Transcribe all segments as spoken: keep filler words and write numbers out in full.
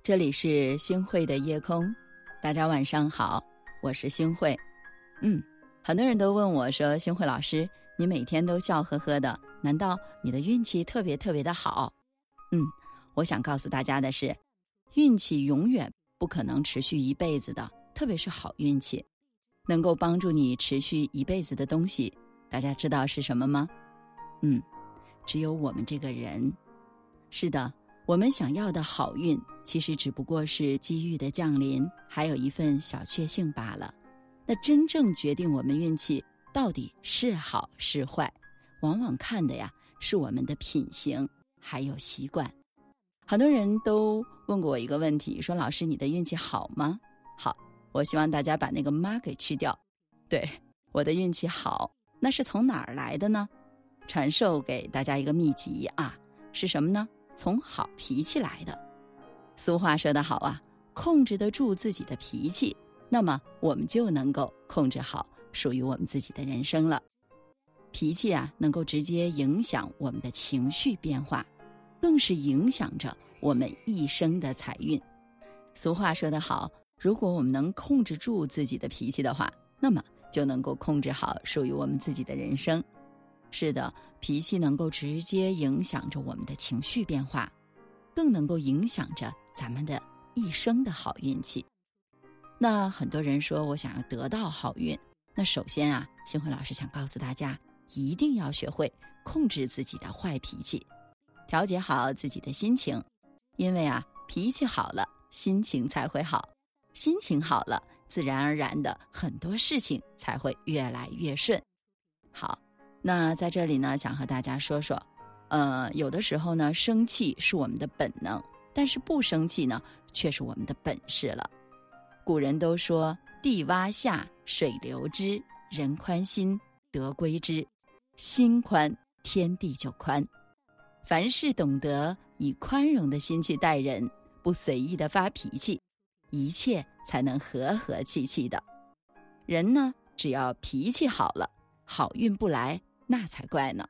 这里是星慧的夜空，大家晚上好，我是星慧。嗯，很多人都问我说，星慧老师，你每天都笑呵呵的，难道你的运气特别特别的好？嗯，我想告诉大家的是，运气永远不可能持续一辈子的，特别是好运气。能够帮助你持续一辈子的东西，大家知道是什么吗？嗯，只有我们这个人。是的，我们想要的好运，其实只不过是机遇的降临，还有一份小确幸罢了。那真正决定我们运气到底是好是坏，往往看的呀，是我们的品行还有习惯。很多人都问过我一个问题，说老师，你的运气好吗？好，我希望大家把那个妈给去掉。对，我的运气好，那是从哪儿来的呢？传授给大家一个秘籍啊，是什么呢？从好脾气来的。俗话说得好啊，控制得住自己的脾气，那么我们就能够控制好属于我们自己的人生了。脾气啊，能够直接影响我们的情绪变化，更是影响着我们一生的财运。俗话说得好，如果我们能控制住自己的脾气的话，那么就能够控制好属于我们自己的人生。是的，脾气能够直接影响着我们的情绪变化，更能够影响着咱们的一生的好运气。那很多人说我想要得到好运，那首先啊，星慧老师想告诉大家，一定要学会控制自己的坏脾气，调节好自己的心情。因为啊，脾气好了，心情才会好，心情好了，自然而然的很多事情才会越来越顺。好，那在这里呢，想和大家说说，呃，有的时候呢，生气是我们的本能，但是不生气呢，却是我们的本事了。古人都说，地洼下，水流之，人宽心，德归之。心宽，天地就宽。凡事懂得以宽容的心去待人，不随意的发脾气，一切才能和和气气的。人呢，只要脾气好了，好运不来，那才怪呢。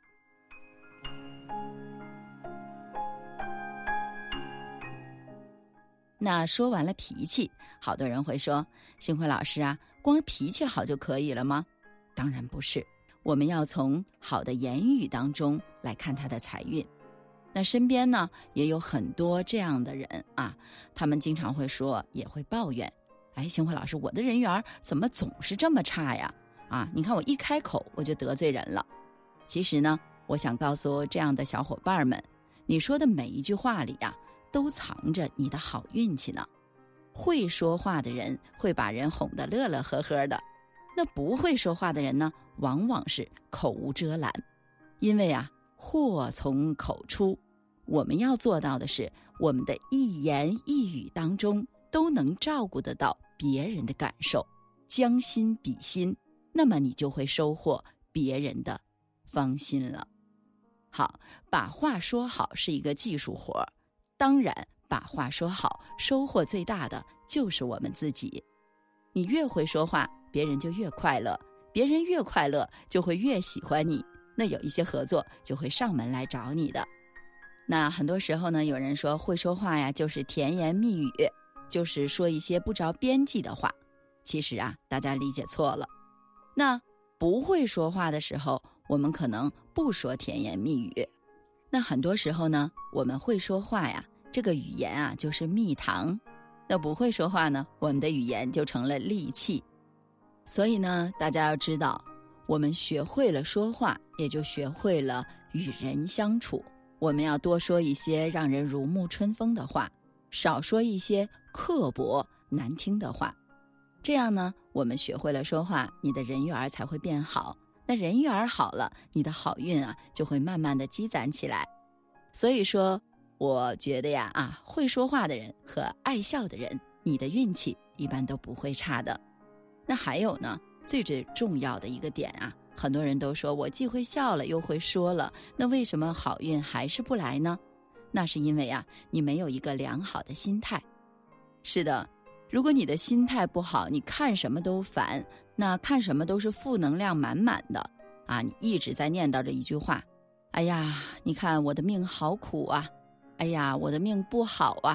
那说完了脾气，好多人会说，星慧老师啊，光脾气好就可以了吗？当然不是，我们要从好的言语当中来看他的财运。那身边呢，也有很多这样的人啊，他们经常会说，也会抱怨，哎，星慧老师，我的人缘怎么总是这么差呀？啊，你看我一开口我就得罪人了。其实呢，我想告诉这样的小伙伴们，你说的每一句话里啊，都藏着你的好运气呢。会说话的人会把人哄得乐乐呵呵的，那不会说话的人呢，往往是口无遮拦。因为啊，祸从口出，我们要做到的是，我们的一言一语当中都能照顾得到别人的感受，将心比心，那么你就会收获别人的芳心了。好，把话说好是一个技术活，当然把话说好，收获最大的就是我们自己。你越会说话，别人就越快乐，别人越快乐，就会越喜欢你，那有一些合作就会上门来找你的。那很多时候呢，有人说会说话呀，就是甜言蜜语，就是说一些不着边际的话。其实啊，大家理解错了。那不会说话的时候，我们可能不说甜言蜜语。那很多时候呢，我们会说话呀，这个语言啊就是蜜糖。那不会说话呢，我们的语言就成了戾气。所以呢，大家要知道，我们学会了说话，也就学会了与人相处。我们要多说一些让人如沐春风的话，少说一些刻薄难听的话。这样呢，我们学会了说话，你的人缘才会变好。那人缘好了，你的好运啊就会慢慢的积攒起来。所以说，我觉得呀啊，会说话的人和爱笑的人，你的运气一般都不会差的。那还有呢，最最重要的一个点啊，很多人都说我既会笑了又会说了，那为什么好运还是不来呢？那是因为啊，你没有一个良好的心态。是的，如果你的心态不好，你看什么都烦，那看什么都是负能量满满的啊！你一直在念叨着一句话，哎呀，你看我的命好苦啊，哎呀，我的命不好啊，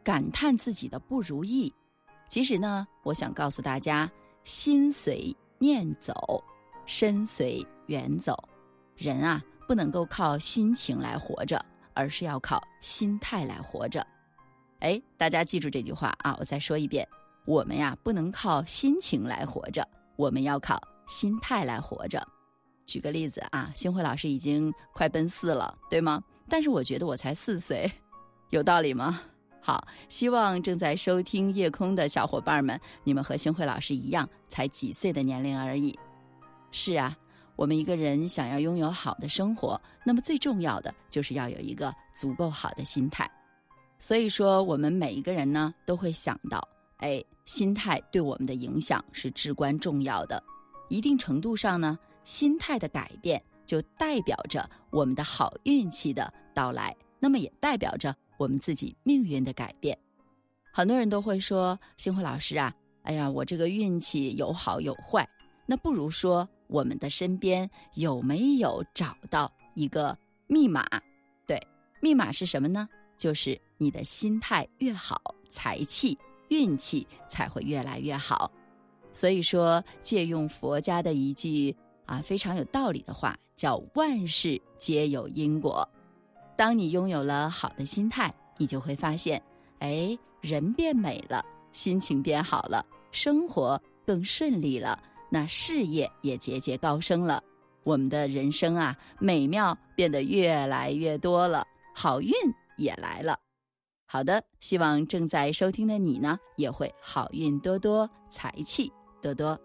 感叹自己的不如意。其实呢，我想告诉大家，心随念走，身随缘走。人啊，不能够靠心情来活着，而是要靠心态来活着。哎，大家记住这句话啊，我再说一遍，我们呀，不能靠心情来活着，我们要靠心态来活着。举个例子啊，星慧老师已经快奔四了，对吗？但是我觉得我才四岁，有道理吗？好，希望正在收听夜空的小伙伴们，你们和星慧老师一样，才几岁的年龄而已。是啊，我们一个人想要拥有好的生活，那么最重要的就是要有一个足够好的心态。所以说，我们每一个人呢，都会想到，哎，心态对我们的影响是至关重要的。一定程度上呢，心态的改变就代表着我们的好运气的到来，那么也代表着我们自己命运的改变。很多人都会说，星慧老师啊，哎呀，我这个运气有好有坏。那不如说，我们的身边有没有找到一个密码？对，密码是什么呢？就是你的心态越好，财气、运气才会越来越好。所以说，借用佛家的一句啊非常有道理的话，叫万事皆有因果。当你拥有了好的心态，你就会发现，哎，人变美了，心情变好了，生活更顺利了，那事业也节节高升了，我们的人生啊，美妙变得越来越多了，好运也来了。好的，希望正在收听的你呢，也会好运多多，财气多多。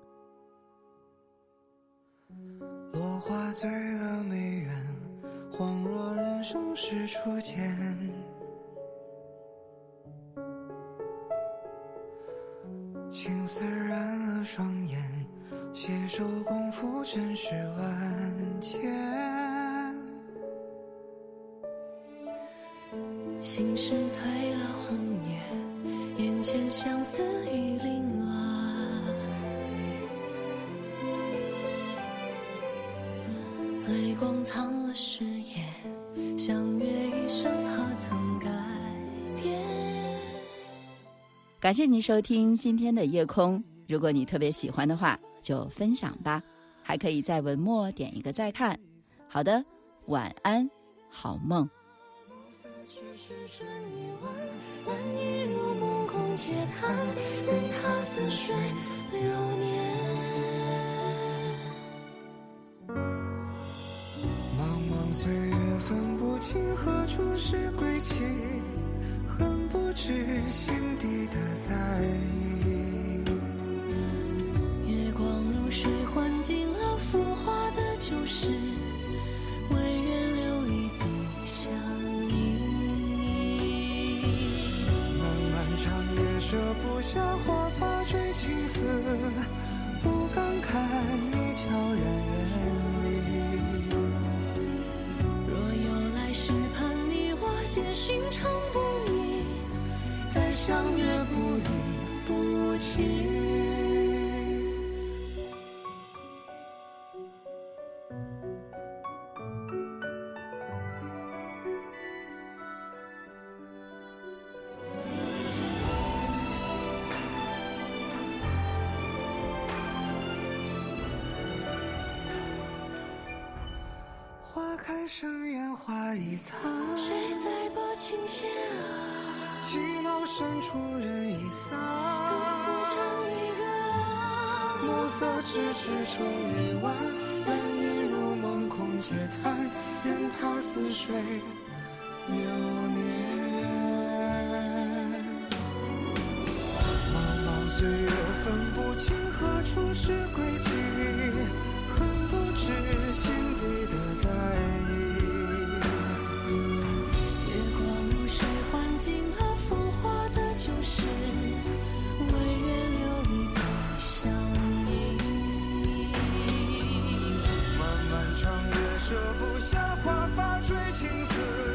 落花醉了梅园，恍若人生是初见。青丝染了双眼，携手功夫真是万千。 心事褪了红叶，眼前相思已凌乱，泪光藏了誓言，相约一生何曾改变。 感谢您收听今天的夜空，如果你特别喜欢的话，就分享吧，还可以在文末点一个再看。好的，晚安，好梦。 痴春一晚，难以入梦空嗟叹，任他似水流年。 茫茫岁月分不清何处是归期，恨不知心底的在意。 月光如水换尽了浮华的旧事，唯愿留一笔相依。 舍不下华发追青丝，不敢看你悄然远离。 若有来世，盼你我皆寻常不易， 再相约不离不弃。花开生烟花已残， 谁在拨琴弦啊？ 寂寥深处人已散， 各自唱离人。 暮色迟迟春已晚，人已入梦空嗟叹，任他似水流年。茫茫岁月分不清何处是归期，恨不知心底的在意。 月光如水换尽了浮华的旧事，唯愿留一笔相依。 漫漫长夜舍不下华发追青丝，